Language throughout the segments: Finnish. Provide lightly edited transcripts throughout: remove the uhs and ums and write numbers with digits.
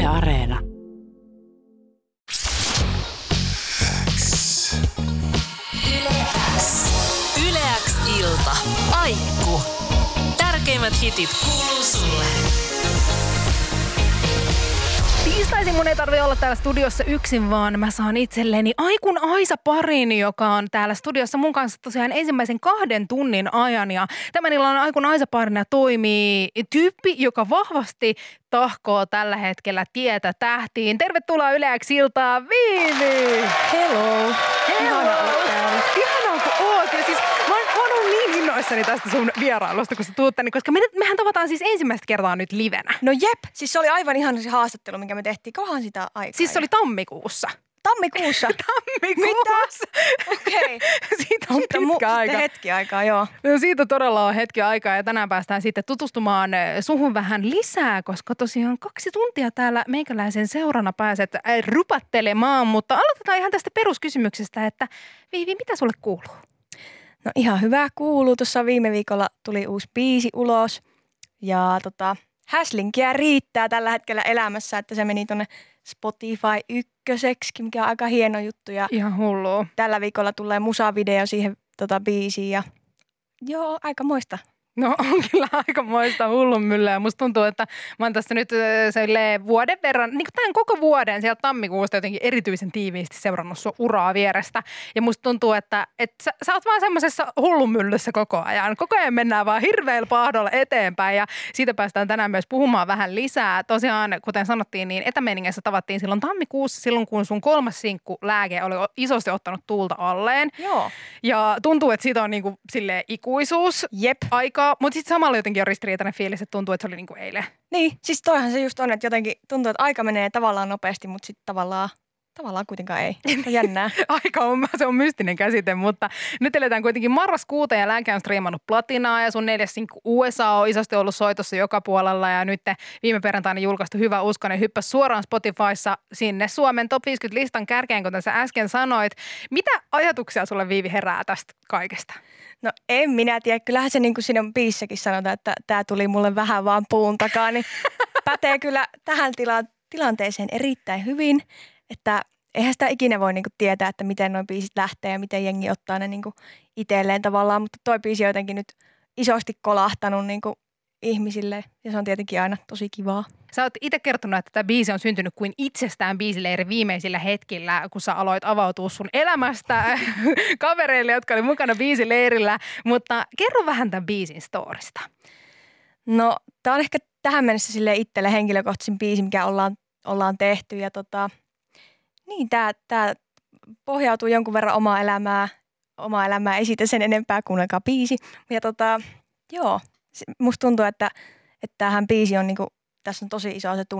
Yle Areena. Yle X ilta. Aikku. Tärkeimmät hitit kuuluu sulle. Tiistaisin mun ei tarvitse olla täällä studiossa yksin, vaan mä saan itselleni Aikun Aisa parin, joka on täällä studiossa mun kanssa tosiaan ensimmäisen 2 tunnin ajan. Ja tämän illan Aikun Aisa parina toimii tyyppi, joka vahvasti tahkoo tällä hetkellä tietä tähtiin. Tervetuloa Yle X-iltaan, Viivi! Hello! Ihana olla täällä. Ihanaa kun oot. Ja siis mä oon ollut niin innoissani tästä sun vierailusta, kun sä tuut tänne, koska mehän tavataan siis ensimmäistä kertaa nyt livenä. No jep, siis se oli aivan ihana se haastattelu, minkä me tehtiin. Kohan sitä aikaa. Siis se oli tammikuussa. Tammikuussa? Tammikuussa. Okei. Siitä on pitkä aika. Hetki aikaa, joo. No siitä todella on hetki aikaa ja tänään päästään sitten tutustumaan suhun vähän lisää, koska tosiaan 2 tuntia täällä meikäläisen seurana pääset rupattelemaan, mutta aloitetaan ihan tästä peruskysymyksestä, että Viivi, mitä sulle kuuluu? No ihan hyvää kuuluu. Tuossa viime viikolla tuli uusi biisi ulos ja häslinkiä riittää tällä hetkellä elämässä, että se meni tuonne Spotify ykköseksi, mikä on aika hieno juttu. Ja ihan hullua. Tällä viikolla tulee musavideo siihen biisiin ja joo, aika moista. No on kyllä aikamoista hullunmyllyä. Musta tuntuu, että mä oon tässä nyt vuoden verran, niin kuin tämän koko vuoden sieltä tammikuusta jotenkin erityisen tiiviisti seurannut sun uraa vierestä. Ja musta tuntuu, että sä oot vaan semmoisessa hullunmyllyssä koko ajan. Koko ajan mennään vaan hirveällä pahdolla eteenpäin ja siitä päästään tänään myös puhumaan vähän lisää. Tosiaan, kuten sanottiin, niin etämeiningeissä tavattiin silloin tammikuussa, silloin kun sun 3. sinkku Lääke oli isosti ottanut tuulta alleen. Joo. Ja tuntuu, että siitä on niinku silleen ikuisuus. Jep. Aikaa. Mutta sitten samalla jotenkin on ristiriitainen fiilis, että tuntuu, että se oli niin kuin eilen. Niin, siis toihan se just on, että jotenkin tuntuu, että aika menee tavallaan nopeasti, mutta sitten tavallaan kuitenkaan ei. On jännää. Se on mystinen käsite, mutta nyt eletään kuitenkin marraskuuta ja Lääke on striimannut platinaa ja sun 4. sinkku USA on isosti ollut soitossa joka puolella ja nyt viime perjantaina julkaistu Hyvä uskonen hyppäsi suoraan Spotifyssa sinne Suomen Top 50 listan kärkeen, kuten sä äsken sanoit. Mitä ajatuksia sulle, Viivi, herää tästä kaikesta? No en minä tiedä. Kyllähän se niin kuin siinä biissäkin sanotaan, että tämä tuli mulle vähän vaan puun takaa, niin pätee kyllä tähän tilanteeseen erittäin hyvin, että eihän sitä ikinä voi niin kuin tietää, että miten nuo biisit lähtee ja miten jengi ottaa ne niin kuin itselleen tavallaan, mutta toi biisi on jotenkin nyt isosti kolahtanut niin kuin ihmisille ja se on tietenkin aina tosi kivaa. Sä oot itse kertonut, että tämä biisi on syntynyt kuin itsestään biisileiri viimeisillä hetkillä, kun sä aloit avautua sun elämästä kavereille, jotka oli mukana biisileirillä. Mutta kerro vähän tämän biisin storista. No, tää on ehkä tähän mennessä sille itselle henkilökohtaisin biisi, mikä ollaan tehty. Ja niin, tää pohjautuu jonkun verran omaa elämää, ei siitä sen enempää kuunnelkaa biisi. Ja joo, musta tuntuu, että tämähän biisi on niinku, tässä on tosi iso se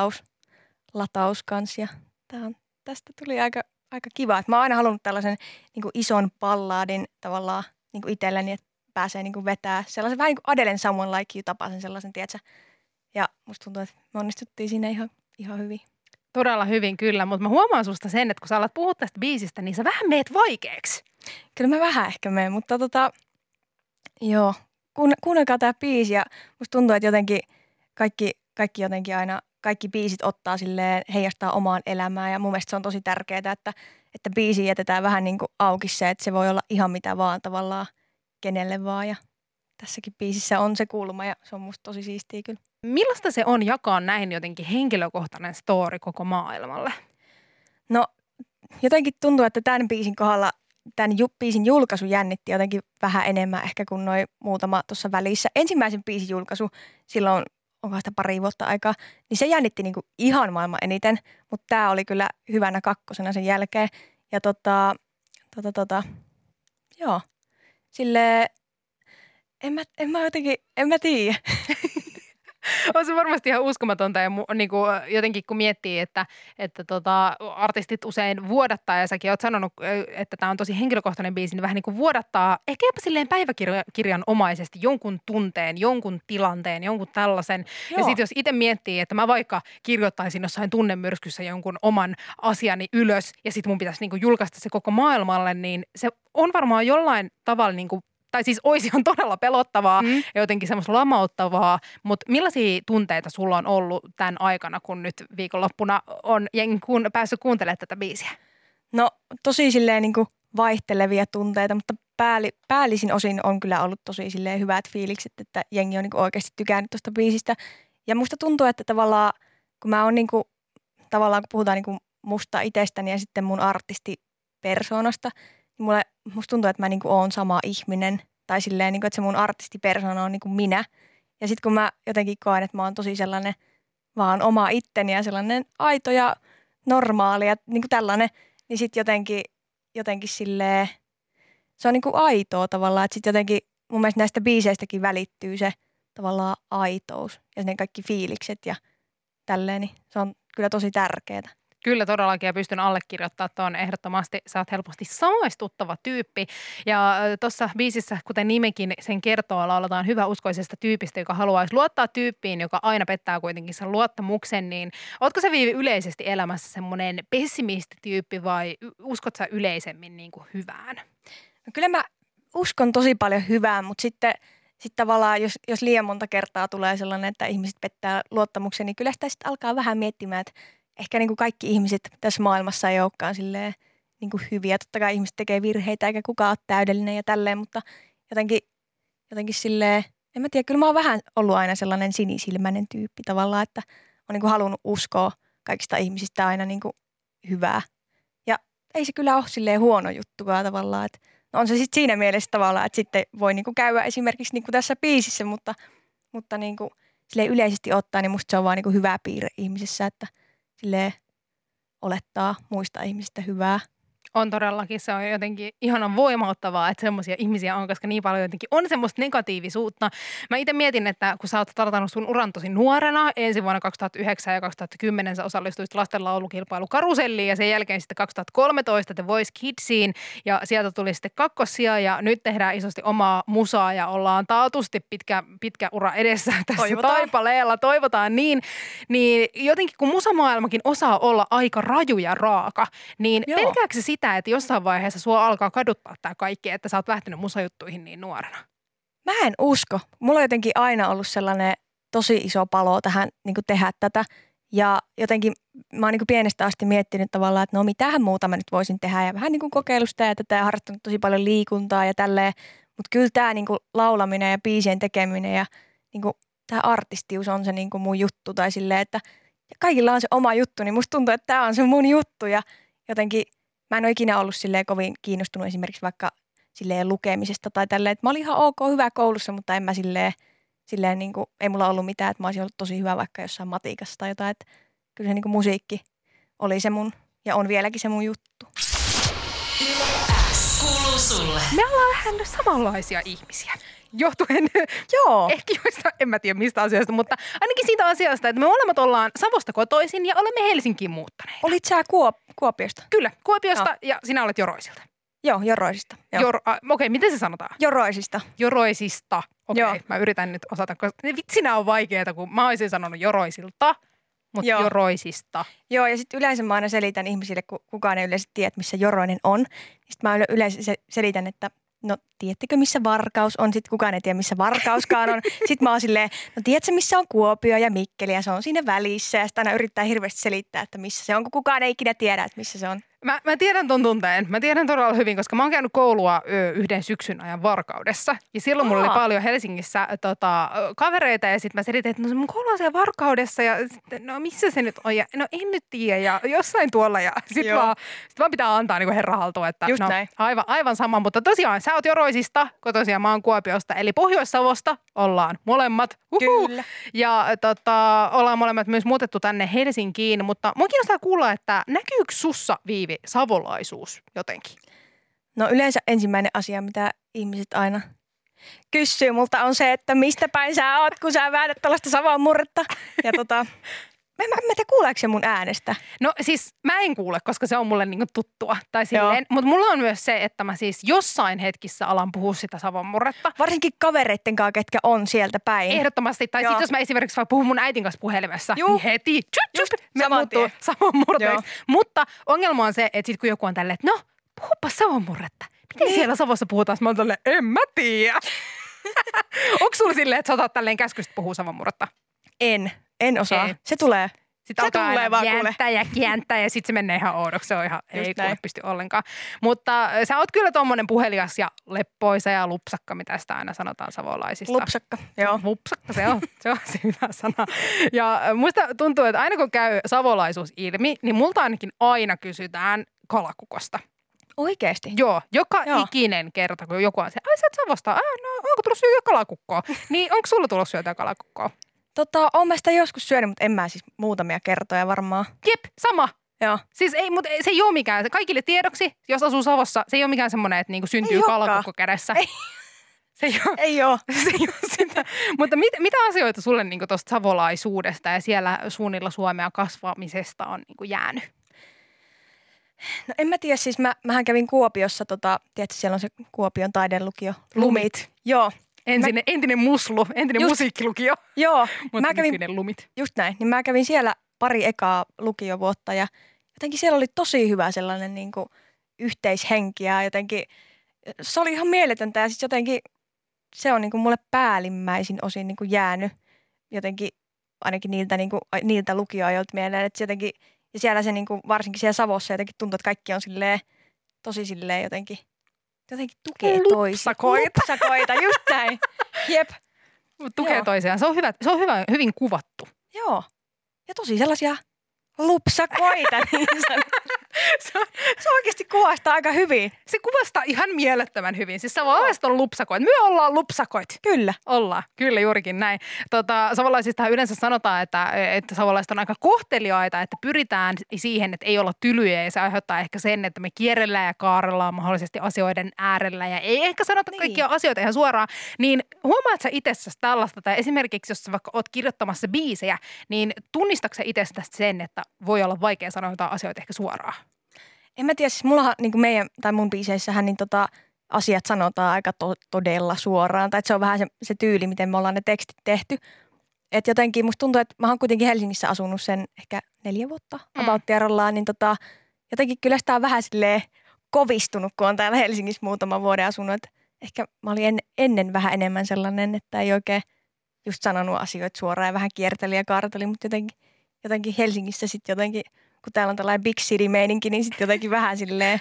tunnelataus kanssa ja tästä tuli aika kiva. Et mä oon aina halunnut tällaisen niinku ison balladin tavallaan niinku itselleni, että pääsee niinku vetää sellaisen vähän niin kuin Adelen Someone Like You -tapaisen sellaisen, tiedätkö? Ja musta tuntuu, että me onnistuttiin siinä ihan hyvin. Todella hyvin kyllä, mutta mä huomaan susta sen, että kun sä alat puhua tästä biisistä, niin sä vähän meet vaikeaksi. Kyllä mä vähän ehkä menen, mutta joo, kuunnelkaa tää biisi ja musta tuntuu, että jotenkin kaikki jotenkin aina, kaikki biisit ottaa silleen, heijastaa omaan elämään ja mun mielestä se on tosi tärkeää, että biisiin jätetään vähän niin kuin auki se, että se voi olla ihan mitä vaan tavallaan kenelle vaan ja tässäkin biisissä on se kulma ja se on musta tosi siistiä kyllä. Millaista se on jakaa näin jotenkin henkilökohtainen story koko maailmalle? No jotenkin tuntuu, että tämän biisin kohdalla tämän biisin julkaisu jännitti jotenkin vähän enemmän ehkä kuin noin muutama tuossa välissä. Ensimmäisen biisin julkaisu silloin, onko sitä pari vuotta aikaa, niin se jännitti niinku ihan maailman eniten, mutta tämä oli kyllä hyvänä 2. sen jälkeen. Ja joo, silleen, en mä tiedä. On se varmasti ihan uskomatonta ja niin kuin jotenkin kun miettii, että artistit usein vuodattaa ja säkin oot sanonut, että tämä on tosi henkilökohtainen biisi, niin vähän niin kuin vuodattaa ehkä jopa silleen päiväkirjan omaisesti jonkun tunteen, jonkun tilanteen, jonkun tällaisen. Joo. Ja sitten jos itse miettii, että mä vaikka kirjoittaisin jossain tunnemyrskyssä jonkun oman asiani ylös ja sitten mun pitäisi niin kuin julkaista se koko maailmalle, niin se on varmaan jollain tavalla niin kuin tai siis olisi ihan todella pelottavaa ja jotenkin semmoista lamauttavaa, mutta millaisia tunteita sulla on ollut tämän aikana, kun nyt viikonloppuna on jengi päässyt kuuntelemaan tätä biisiä? No tosi silleen niin kuin vaihtelevia tunteita, mutta päällisin osin on kyllä ollut tosi silleen hyvät fiilikset, että jengi on niin kuin oikeasti tykännyt tuosta biisistä. Ja musta tuntuu, että tavallaan kun mä oon niin kuin, tavallaan kun puhutaan niin kuin musta itsestäni ja sitten mun artistipersoonasta, niin musta tuntuu, että mä niin kuin oon sama ihminen. Tai silleen, niin kuin, että se mun artistipersona on niin kuin minä. Ja sitten kun mä jotenkin koen, että mä oon tosi sellainen vaan oma itteni ja sellainen aito ja normaali ja niin kuin tällainen, niin sitten jotenkin silleen, se on niin kuin aitoa tavallaan. Että sitten jotenkin mun mielestä näistä biiseistäkin välittyy se tavallaan aitous ja ne kaikki fiilikset ja tälleen, niin se on kyllä tosi tärkeää. Kyllä todellakin ja pystyn allekirjoittamaan tuon ehdottomasti. Sä oot helposti samaistuttava tyyppi. Ja tuossa biisissä, kuten nimekin sen kertoo, lauletaan hyväuskoisesta tyypistä, joka haluaisi luottaa tyyppiin, joka aina pettää kuitenkin sen luottamuksen. Niin ootko sä Viivi yleisesti elämässä semmoinen pessimistityyppi vai uskot sä yleisemmin niin kuin hyvään? No kyllä mä uskon tosi paljon hyvään, mutta sitten tavallaan, jos liian monta kertaa tulee sellainen, että ihmiset pettää luottamuksen, niin kyllä sitä sitten alkaa vähän miettimään, että ehkä niin kuin kaikki ihmiset tässä maailmassa ei olekaan silleen niin kuin hyviä. Totta kai ihmiset tekee virheitä eikä kukaan ole täydellinen ja tälleen, mutta jotenkin silleen, en mä tiedä, kyllä mä oon vähän ollut aina sellainen sinisilmäinen tyyppi tavallaan, että on niin kuin halunnut uskoa kaikista ihmisistä aina niin kuin hyvää. Ja ei se kyllä ole silleen huono juttukaan tavallaan, että no on se sitten siinä mielessä tavallaan, että sitten voi niin kuin käydä esimerkiksi niin kuin tässä biisissä, mutta niin kuin silleen yleisesti ottaen, niin musta se on vaan niin kuin hyvä piirre ihmisessä, että silleen olettaa muista ihmisistä hyvää. On todellakin, se on jotenkin ihanan voimauttavaa, että semmoisia ihmisiä on, koska niin paljon jotenkin on semmoista negatiivisuutta. Mä itse mietin, että kun sä oot startannut sun uran tosi nuorena, ensi vuonna 2009 ja 2010 sä osallistuisit lastenlaulukilpailu Karuselliin ja sen jälkeen sitten 2013 The Voice Kidsiin ja sieltä tuli sitten kakkosia ja nyt tehdään isosti omaa musaa ja ollaan taatusti pitkä ura edessä tässä taipaleella, toivotaan niin jotenkin kun musamaailmakin osaa olla aika raju ja raaka, niin pelkääkö se sitä, että jossain vaiheessa sua alkaa kaduttaa tämä kaikki, että sä oot lähtenyt musajuttuihin niin nuorena? Mä en usko. Mulla on jotenkin aina ollut sellainen tosi iso palo tähän niin kuin tehdä tätä. Ja jotenkin mä oon niin kuin pienestä asti miettinyt tavallaan, että no mitähän muuta mä nyt voisin tehdä. Ja vähän niin kuin kokeilusta ja tätä ja harrastanut tosi paljon liikuntaa ja tälleen. Mutta kyllä tämä niin kuin laulaminen ja biisien tekeminen ja niin kuin tämä artistius on se niin kuin mun juttu. Tai silleen, että kaikilla on se oma juttu, niin musta tuntuu, että tämä on se mun juttu. Ja jotenkin mä en ole ikinä ollut silleen kovin kiinnostunut esimerkiksi vaikka silleen lukemisesta tai tälleen. Mä olin ihan ok hyvä koulussa, mutta en mä silleen niin kuin, ei mulla ollut mitään, että mä olisin ollut tosi hyvä vaikka jossain matikassa tai jotain. Että kyllä se niin kuin musiikki oli se mun ja on vieläkin se mun juttu. Kuuluu sulle. Me ollaan vähän samanlaisia ihmisiä. Johtuen ehkä joista, en mä tiedä mistä asiasta, mutta ainakin siitä asiasta, että me molemmat ollaan Savosta kotoisin ja olemme Helsinkiin muuttaneet. Olit sä Kuopiosta? Kyllä, Kuopiosta ja sinä olet Joroisilta. Joo, Joroisista. Okei, miten se sanotaan? Joroisista. Joroisista. Okei, mä yritän nyt osata, koska vitsinä on vaikeaa, kun mä olisin sanonut Joroisilta, mutta Joroisista. Joo, ja sitten yleensä mä aina selitän ihmisille, kun kukaan ei yleensä tiedä, missä Joroinen on. Sitten mä yleensä selitän, että no tiedättekö missä Varkaus on? Sitten kukaan ei tiedä missä Varkauskaan on. Sitten mä oon silleen, no tiedätkö missä on Kuopio ja Mikkeli ja se on siinä välissä. Ja sitten aina yrittää hirveästi selittää, että missä se on, kun kukaan ei ikinä tiedä, että missä se on. Mä tiedän ton tunteen. Mä tiedän todella hyvin, koska mä oon käynyt koulua yhden syksyn ajan Varkaudessa. Ja silloin mulla oli paljon Helsingissä kavereita ja sitten mä selitin, että no mun koulu on siellä Varkaudessa ja sitten, no missä se nyt on? Ja no en nyt tiedä ja jossain tuolla ja sitten vaan pitää antaa niinku herrahaltua, että just no näin. Aivan sama. Mutta tosiaan sä oot Joroisista, kun tosiaan mä oon Kuopiosta eli Pohjois-Savosta ollaan molemmat. Kyllä. Ja ollaan molemmat myös muutettu tänne Helsinkiin, mutta mua kiinnostaa kuulla, että näkyykö sussa Viivi savolaisuus jotenkin? No yleensä ensimmäinen asia, mitä ihmiset aina kysyy multa on se, että mistä päin sä oot, kun sä väännät tällaista Savon murretta. Ja mä en tiedä, kuuleeko se mun äänestä? No siis mä en kuule, koska se on mulle niinku tuttua. Tai silleen, mutta mulla on myös se, että mä siis jossain hetkissä alan puhua sitä Savon murretta. Varsinkin kavereitten kanssa, ketkä on sieltä päin. Ehdottomasti. Tai sitten jos mä esimerkiksi vaikka puhun mun äitin kanssa puhelimessa, niin heti me muuttuu Savon murteeksi. Mutta ongelma on se, että sit kun joku on tälleen, että no puhupa Savon murretta. miten siellä Savossa puhutaan? Mä oon tälleen, en mä tiedä. Onko sulla silleen, että sä otat tälleen käskystä puhua savonmurretta? En osaa. Ei. Se tulee. Sitten alkaa aina jäntää ja kiänttää ja sitten se menee ihan oudoksi. Se on ihan, ei kuule pysty ollenkaan. Mutta sä oot kyllä tommonen puhelias ja leppoisa ja lupsakka, mitä sitä aina sanotaan savolaisista. Lupsakka, joo. Lupsakka, se on se hyvä sana. Ja musta tuntuu, että aina kun käy savolaisuus ilmi, niin multa ainakin aina kysytään kalakukosta. Oikeesti? Joo, joka ikinen kerta, kun joku on se, ai sä oot Savosta, no onko tullut syötyä kalakukkoa? Niin onko sulla tullut syötyä kalakukkoa? Oon mä sitä joskus syönyt, mutta en mä siis muutamia kertoja varmaan. Jep, sama. Joo. Siis ei, mutta se ei ole mikään, kaikille tiedoksi, jos asuu Savossa, se ei ole mikään semmoinen, että niinku syntyy kalakukko kädessä. Ei. Se ei ole. Ei oo. Se ei ole sitä. Mutta mitä asioita sulle niinku tuosta savolaisuudesta ja siellä suunnilla Suomea kasvamisesta on niinku jäänyt? No en mä tiedä, siis mähän kävin Kuopiossa, tiedätkö, siellä on se Kuopion taidelukio. Lumit. Joo. Entinen muslu, entinen musiikkilukio. Joo. Mutta nykyinen Lumit. Just näin. Niin mä kävin siellä pari ekaa lukiovuotta ja jotenkin siellä oli tosi hyvä sellainen niin kuin yhteishenki ja jotenkin se oli ihan mieletöntä ja siis jotenkin se on niin kuin mulle päällimmäisin osin niin kuin jäänyt jotenkin ainakin niiltä lukioajoilta mieleen, että se jotenkin ja siellä se niin kuin, varsinkin siellä Savossa jotenkin tuntuu, että kaikki on silleen, tosi silleen jotenkin tukee toisiaan. Lupsakoita, just näin. Jep. Tukee toisiaan. Se on hyvin kuvattu. Joo. Ja tosi sellaisia lupsakoita niin se oikeasti kuvastaa aika hyvin. Se kuvastaa ihan mielettömän hyvin. Siis savolaiset on lupsakoit. Me ollaan lupsakoit. Kyllä. Ollaan. Kyllä juurikin näin. Savolaisistahan yleensä sanotaan, että savolaiset on aika kohteliaita, että pyritään siihen, että ei olla tylyjä ja se aiheuttaa ehkä sen, että me kierrellään ja kaarellaan mahdollisesti asioiden äärellä ja ei ehkä sanota kaikkia asioita ihan suoraan. Niin huomaat sä itsessäsi tällaista tai esimerkiksi jos sä vaikka oot kirjoittamassa biisejä, niin tunnistatko sä itsestäsi sen, että voi olla vaikea sanoa jotain asioita ehkä suoraan? En mä tiedä, siis mullahan niin kuin mun biiseissähän niin asiat sanotaan aika todella suoraan. Tai että se on vähän se tyyli, miten me ollaan ne tekstit tehty. Että jotenkin musta tuntuu, että mä oon kuitenkin Helsingissä asunut sen ehkä 4 vuotta about-tierollaan. Niin jotenkin kyllä sitä on vähän silleen kovistunut, kun on täällä Helsingissä muutaman vuoden asunut. Että ehkä mä olin ennen vähän enemmän sellainen, että ei oikein just sanonut asioita suoraan ja vähän kierteli ja kaarteli. Mutta jotenkin Helsingissä sitten jotenkin kun täällä on tällainen big city-meininki, niin sitten jotenkin vähän silleen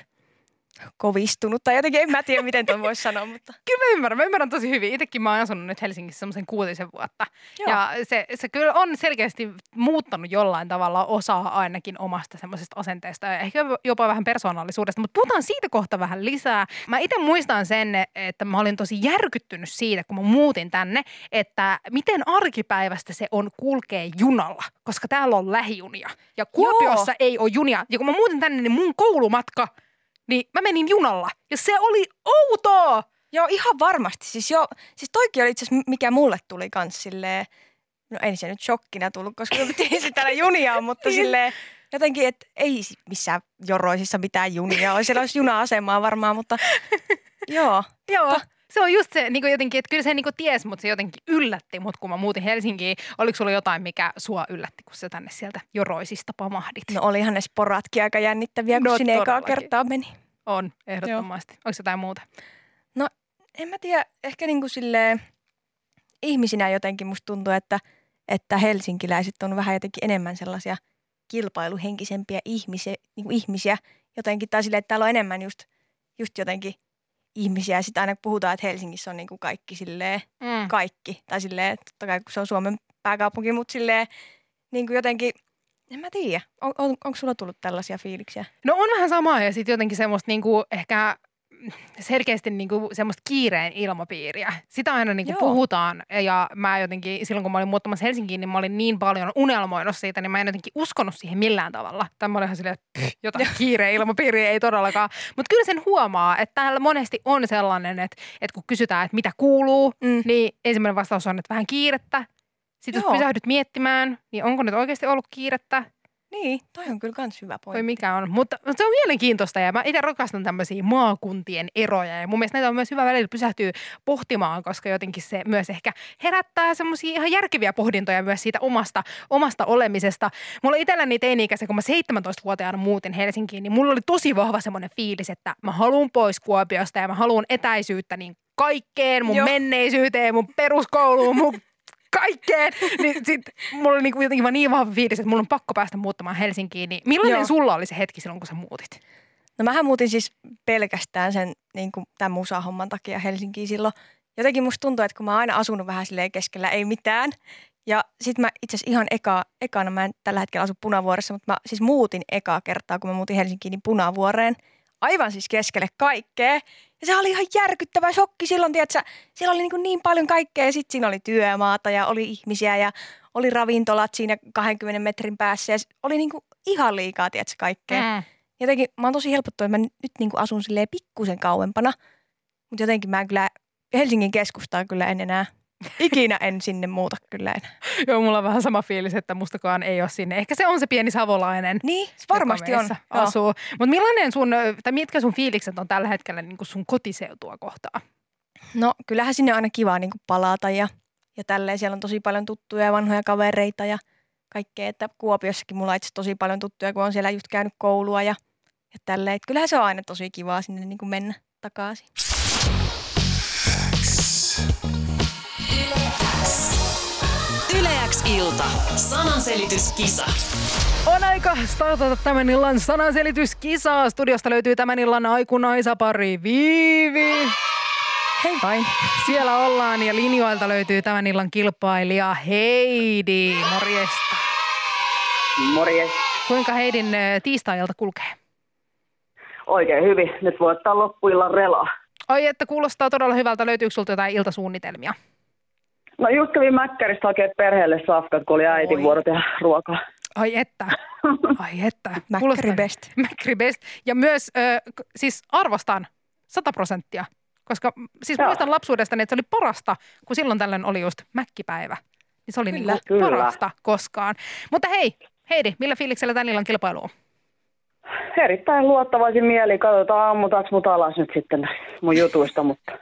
kovistunut. Tai jotenkin en mä tiedä, miten tuon voisi sanoa, mutta Kyllä mä ymmärrän tosi hyvin. Itsekin mä oon asunut nyt Helsingissä semmoisen 6 vuotta. Joo. Ja se kyllä on selkeästi muuttanut jollain tavalla osaa ainakin omasta semmoisesta asenteesta ja ehkä jopa vähän persoonallisuudesta. Mutta puhutaan siitä kohta vähän lisää. Mä itse muistan sen, että mä olin tosi järkyttynyt siitä, kun mä muutin tänne, että miten arkipäivästä se on kulkea junalla, koska täällä on lähijunia. Ja Kuopiossa ei ole junia. Ja kun mä muutin tänne, niin mun koulumatka niin mä menin junalla ja se oli outoa. Joo, ihan varmasti. Siis toikin oli itse asiassa, mikä mulle tuli kans silleen, no ei se nyt shokkina tullut, koska me tiesin täällä junia, mutta silleen jotenkin, että ei missään Joroisissa mitään junia olisi. Siellä olisi juna-asemaa varmaan, mutta joo. Joo. Se on just se niin jotenkin, että kyllä se niin ties, mutta se jotenkin yllätti mut, kun mä muutin Helsinkiin. Oliko sulla jotain, mikä sua yllätti, kun sä tänne sieltä Joroisista pamahdit? No olihan ne sporatkin aika jännittäviä, kun sinne ekaa kertaa meni. On, ehdottomasti. Onko jotain muuta? No en mä tiedä, ehkä niin kuin silleen ihmisinä jotenkin musta tuntuu, että helsinkiläiset on vähän jotenkin enemmän sellaisia kilpailuhenkisempiä ihmisiä jotenkin. Tai silleen, että täällä on enemmän just jotenkin ihmisiä. Ja sitten aina puhutaan, että Helsingissä on niin kuin kaikki silleen, kaikki. Tai silleen, totta kai kun se on Suomen pääkaupunki, mutta silleen niin kuin jotenkin, en mä tiedä. Onko sulla tullut tällaisia fiiliksiä? No on vähän samaa ja sitten jotenkin semmoista niinku ehkä selkeästi niinku semmoista kiireen ilmapiiriä. Sitä aina niinku puhutaan ja mä jotenkin silloin kun mä olin muuttamassa Helsinkiin, niin mä olin niin paljon unelmoinut siitä, niin mä en jotenkin uskonut siihen millään tavalla. Tai mä olin ihan silleen, että jotain kiireen ilmapiiriä ei todellakaan. Mutta kyllä sen huomaa, että täällä monesti on sellainen, että kun kysytään, että mitä kuuluu, niin ensimmäinen vastaus on, että vähän kiirettä. Sitten jos pysähdyt miettimään, niin onko nyt oikeasti ollut kiirettä? Niin, toi on kyllä kans hyvä pointti. Voi mikä on. Mutta se on mielenkiintoista ja mä itse rakastan tämmöisiä maakuntien eroja. Ja mun mielestä näitä on myös hyvä välillä pysähtyä pohtimaan, koska jotenkin se myös ehkä herättää semmoisia ihan järkeviä pohdintoja myös siitä omasta olemisesta. Mulla itselläni teini-ikäisen, kun mä 17-vuotiaana muutin Helsinkiin, niin mulla oli tosi vahva semmoinen fiilis, että mä haluan pois Kuopiosta ja mä haluan etäisyyttä niin kaikkeen, mun menneisyyteen, mun peruskouluun, mun kaikkeen. Niin sit mulla oli niinku jotenkin vaan niin vahva fiilis, että mulla on pakko päästä muuttamaan Helsinkiin. Niin millainen sulla oli se hetki silloin, kun sä muutit? No mähän muutin siis pelkästään sen niinku tämän musahomman takia Helsinkiin silloin. Jotenkin musta tuntuu, että kun mä oon aina asunut vähän silleen keskellä ei mitään. Ja sit mä itse asiassa ihan ekana, mä en tällä hetkellä asu Punavuoressa, mutta mä siis muutin ekaa kertaa, kun mä muutin Helsinkiin, niin Punavuoreen. Aivan siis keskelle kaikkea. Ja se oli ihan järkyttävä shokki silloin, tiedätkö, siellä oli niin paljon kaikkea ja sitten siinä oli työmaata ja oli ihmisiä ja oli ravintolat siinä 20 metrin päässä ja oli niin kuin ihan liikaa, tiedätkö, kaikkea. Jotenkin mä oon tosi helpottu, että mä nyt niin kuin asun silleen pikkusen kauempana, mutta jotenkin mä en kyllä Helsingin keskustaa kyllä en enää. Ikinä en sinne muuta kyllä enää. Joo, mulla on vähän sama fiilis, että mustakaan ei ole sinne. Ehkä se on se pieni savolainen. Niin, varmasti on. Asuu. Mutta millainen mitkä sun fiilikset on tällä hetkellä niin kuin sun kotiseutua kohtaan? No kyllähän sinne on aina kiva niin kuin palata ja tälleen. Siellä on tosi paljon tuttuja ja vanhoja kavereita ja kaikkea. Että Kuopiossakin mulla on itse tosi paljon tuttuja, kun on siellä just käynyt koulua ja tälleen. Et kyllähän se on aina tosi kivaa sinne niin kuin mennä takaisin. Yle X ilta. Sananselityskisa. On aika startata tämän illan sananselityskisa. Studiosta löytyy tämän illan aikunaisapari Viivi. Hei vain. Siellä ollaan ja linjoilta löytyy tämän illan kilpailija Heidi. Morjesta. Morjes. Kuinka Heidin tiistai-ilta kulkee? Oikein hyvin. Nyt voi ottaa loppuillan relaa. Oi, että kuulostaa todella hyvältä. Löytyykö sulta jotain iltasuunnitelmia? No just kävin Mäkkäristä hakemaan perheelle safkat, kun oli äitin vuoro tehdä ruokaa. Ai että. Mäkkäri best. Mäkkäri best. Ja myös siis arvostan 100%, koska siis muistan lapsuudestani, että se oli parasta, kun silloin tällöin oli just mäkkipäivä. Niin se oli kyllä, parasta koskaan. Mutta hei, Heidi, millä fiiliksellä tämän illan kilpailu on? Erittäin luottavaisin mieli. Katsotaan, ammutaanko mut alas nyt sitten mun jutuista, mutta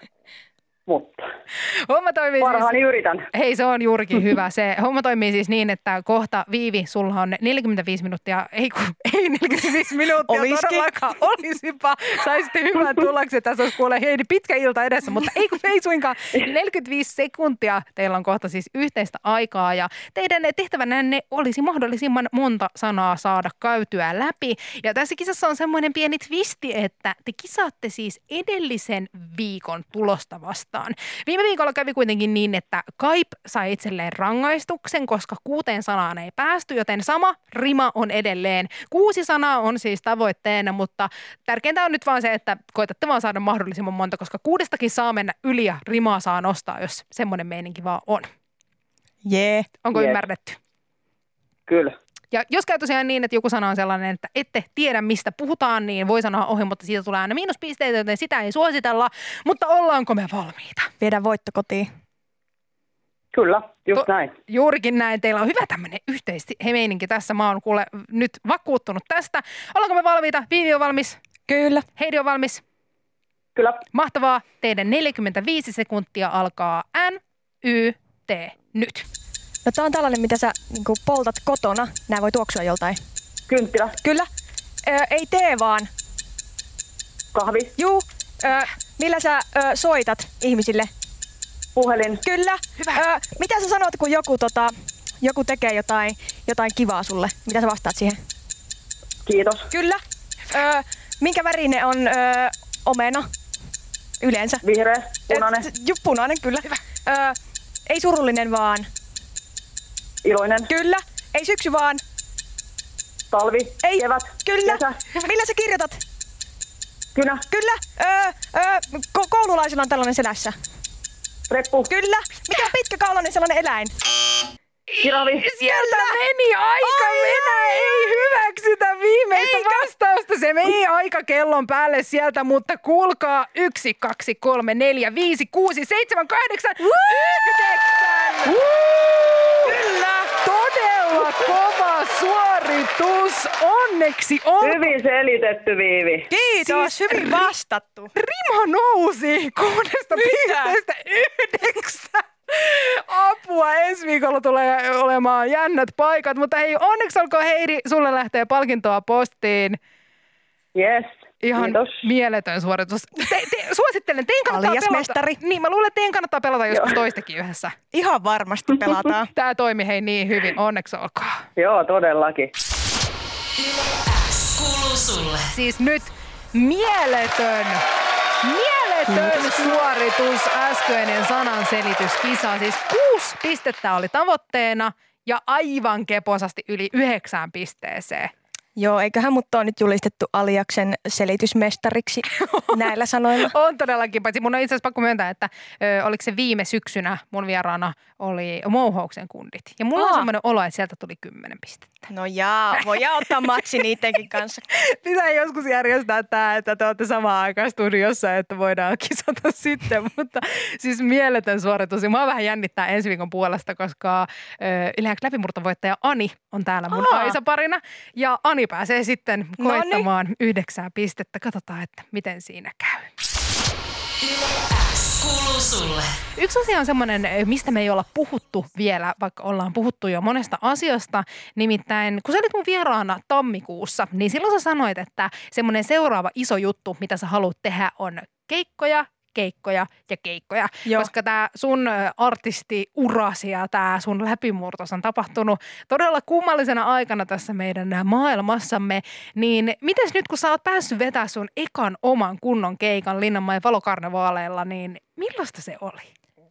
homma toimii parhaani yritän. Hei, se on juurikin hyvä. Se homma toimii siis niin, että kohta Viivi, sulla on 45 minuuttia, ei 45 minuuttia todellakaan, olisipa. Saisitte hyvän tuloksen, tässä olisi kuulee Heidi pitkä ilta edessä, mutta ei suinkaan. 45 sekuntia teillä on kohta siis yhteistä aikaa ja teidän tehtävänänne olisi mahdollisimman monta sanaa saada käytyä läpi. Ja tässä kisassa on semmoinen pieni twisti, että te kisaatte siis edellisen viikon tulosta vastaan. Viime viikolla kävi kuitenkin niin, että Kaip sai itselleen rangaistuksen, koska 6 sanaan ei päästy, joten sama rima on edelleen. 6 sanaa on siis tavoitteena, mutta tärkeintä on nyt vaan se, että koitatte vaan saada mahdollisimman monta, koska 6 saa mennä yli ja rimaa saa nostaa, jos semmoinen meininki vaan on. Jee. Onko ymmärretty? Kyllä. Ja jos käy tosiaan niin, että joku sana on sellainen, että ette tiedä mistä puhutaan, niin voi sanoa ohi, mutta siitä tulee aina miinuspisteitä, joten sitä ei suositella. Mutta ollaanko me valmiita? Viedään voitto kotiin. Kyllä, just näin. Juurikin näin. Teillä on hyvä tämmöinen yhteismeininki tässä. Mä oon kuule nyt vakuuttunut tästä. Ollaanko me valmiita? Viivi on valmis? Kyllä. Heidi on valmis? Kyllä. Mahtavaa. Teidän 45 sekuntia alkaa NYT nyt. No tää on tällainen, mitä sä niin poltat kotona. Nää voi tuoksua joltain. Kynttilä. Kyllä. Ei tee vaan. Kahvi. Juu. Millä sä soitat ihmisille? Puhelin. Kyllä. Hyvä. Mitä sä sanot, kun joku tekee jotain kivaa sulle? Mitä sä vastaat siihen? Kiitos. Kyllä. Minkä värinen on omena yleensä? Vihreä. Punainen. Punainen, kyllä. Hyvä. Ei surullinen vaan. Iloinen. Kyllä. Ei syksy vaan. Talvi. Ei. Kevät. Kyllä. Kesä. Millä sä kirjoitat? Kynä. Kyllä. Koululaisilla on tällainen selässä. Reppu. Kyllä. Mikä on pitkäkaulainen sellainen eläin? Kiravi. Sieltä meni aika. Minä ei hyväksytä viimeistä vastausta. Se meni aika kellon päälle sieltä, mutta kuulkaa 1, 2, 3, 4, 5, 6, 7, 8, 9. Kyllä. Todella todella kova suoritus. Onneksi on. Hyvin selitetty, Viivi. Kiitos, siis hyvin vastattu. Rima nousi 6 pisteestä 9. Apua, ensi viikolla tulee olemaan jännät paikat, mutta hei, onneksi olkoon Heidi, sulle lähtee palkintoa postiin. Yes, Ihan kiitos. mieletön suoritus. Suosittelen, teidän kannattaa Alias pelata. mestari. Niin, mä luulen, että teidän kannattaa pelata joskus toistakin yhdessä. Ihan varmasti pelataan. Tää toimi hei niin hyvin, onneksi olkoon. Joo, todellakin. Kuuluu sulle. Siis nyt mieletön suoritus, äskeinen sananselityskisa. Siis 6 pistettä oli tavoitteena ja aivan keposasti yli 9 pisteeseen. Joo, eiköhän mut ole nyt julistettu Aliaksen selitysmestariksi näillä sanoilla. On todellakin, paitsi mun on itse asiassa pakko myöntää, että oliko se viime syksynä mun vieraana oli Mouhouksen kundit. Ja mulla on semmoinen olo, että sieltä tuli 10 pistettä. No jaa, voidaan ottaa matsi niidenkin kanssa. Pitää joskus järjestää tämä, että te olette samaan aikaan studiossa, että voidaan kisata sitten. Mutta siis mieletön suoritus. Ja mua vähän jännittää ensi viikon puolesta, koska Yle X läpimurtovoittaja Ani on täällä mun Aisa-parina. Ja Ani pääsee sitten koittamaan 9 pistettä. Katsotaan, että miten siinä käy. Kuuluu sulle. Yksi asia on semmoinen, mistä me ei olla puhuttu vielä, vaikka ollaan puhuttu jo monesta asiasta. Nimittäin, kun sä olit mun vieraana tammikuussa, niin silloin sä sanoit, että semmoinen seuraava iso juttu, mitä sä haluat tehdä, on keikkoja. Joo. Koska tämä sun artistiurasi ja tämä sun läpimurtos on tapahtunut todella kummallisena aikana tässä meidän maailmassamme. Niin mites nyt, kun sä oot päässyt vetää sun ekan oman kunnon keikan Linnanmäen valokarnevaaleilla, niin millaista se oli?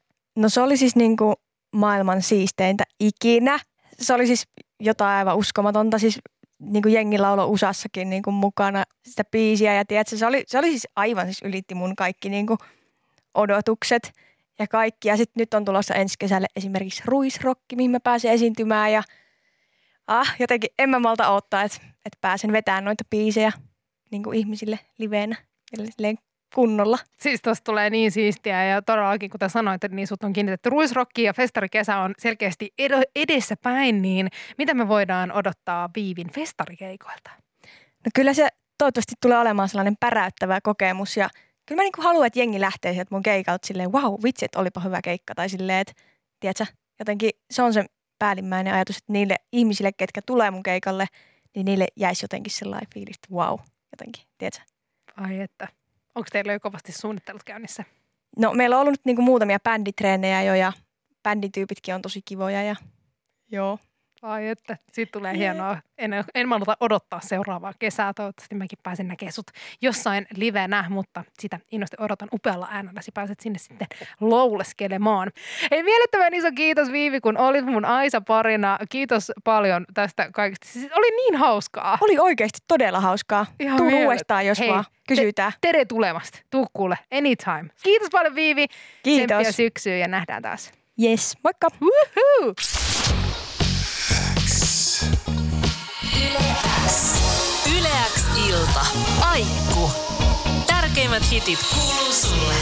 No se oli siis niinku maailman siisteintä ikinä. Se oli siis jotain aivan uskomatonta. Siis niinku jengi lauloi USAssakin niinku mukana sitä biisiä ja tiedätkö, se oli siis aivan siis ylitti mun kaikki niinku odotukset ja kaikki. Ja sitten nyt on tulossa ensi kesälle esimerkiksi Ruisrokki, mihin mä pääsen esiintymään ja jotenkin en mä malta odottaa, että pääsen vetämään noita biisejä niinku ihmisille liveenä ja kunnolla. Siis tosta tulee niin siistiä ja todellakin, kuten sanoit, että niin sut on kiinnitetty Ruisrokkiin ja festarikesä on selkeästi edessäpäin, niin mitä me voidaan odottaa Viivin festarikeikoilta? No kyllä se toivottavasti tulee olemaan sellainen päräyttävä kokemus ja kyllä mä niinku haluan, että jengi lähtee sieltä mun keikalta silleen, wow, vitsi, että olipa hyvä keikka. Tai silleen, että tiedätkö, jotenkin se on se päällimmäinen ajatus, että niille ihmisille, ketkä tulee mun keikalle, niin niille jäisi jotenkin sellainen fiilis, että wow, jotenkin, tiedätkö? Ai että. Onko teillä jo kovasti suunnittelut käynnissä? No meillä on ollut nyt niinku muutamia bänditreenejä jo ja bändityypitkin on tosi kivoja ja joo. Ai että, siitä tulee hienoa. En malta odottaa seuraavaa kesää. Toivottavasti mäkin pääsen näkemään sut jossain livenä, mutta sitä innosti odotan upealla äänelläsi. Pääset sinne sitten louleskelemaan. Hei, mielettömän iso kiitos Viivi, kun olit mun Aisa-parina. Kiitos paljon tästä kaikesta. Siis oli niin hauskaa. Oli oikeasti todella hauskaa. Tuu uudestaan, jos hei, vaan kysytään. Tere tulemasta. Tuu kuule. Anytime. Kiitos paljon Viivi. Kiitos. Tsemppiä syksyyn ja nähdään taas. Yes, moikka. Woohoo! Yle X ilta. Aikku. Tärkeimmät hitit kuuluu sulle.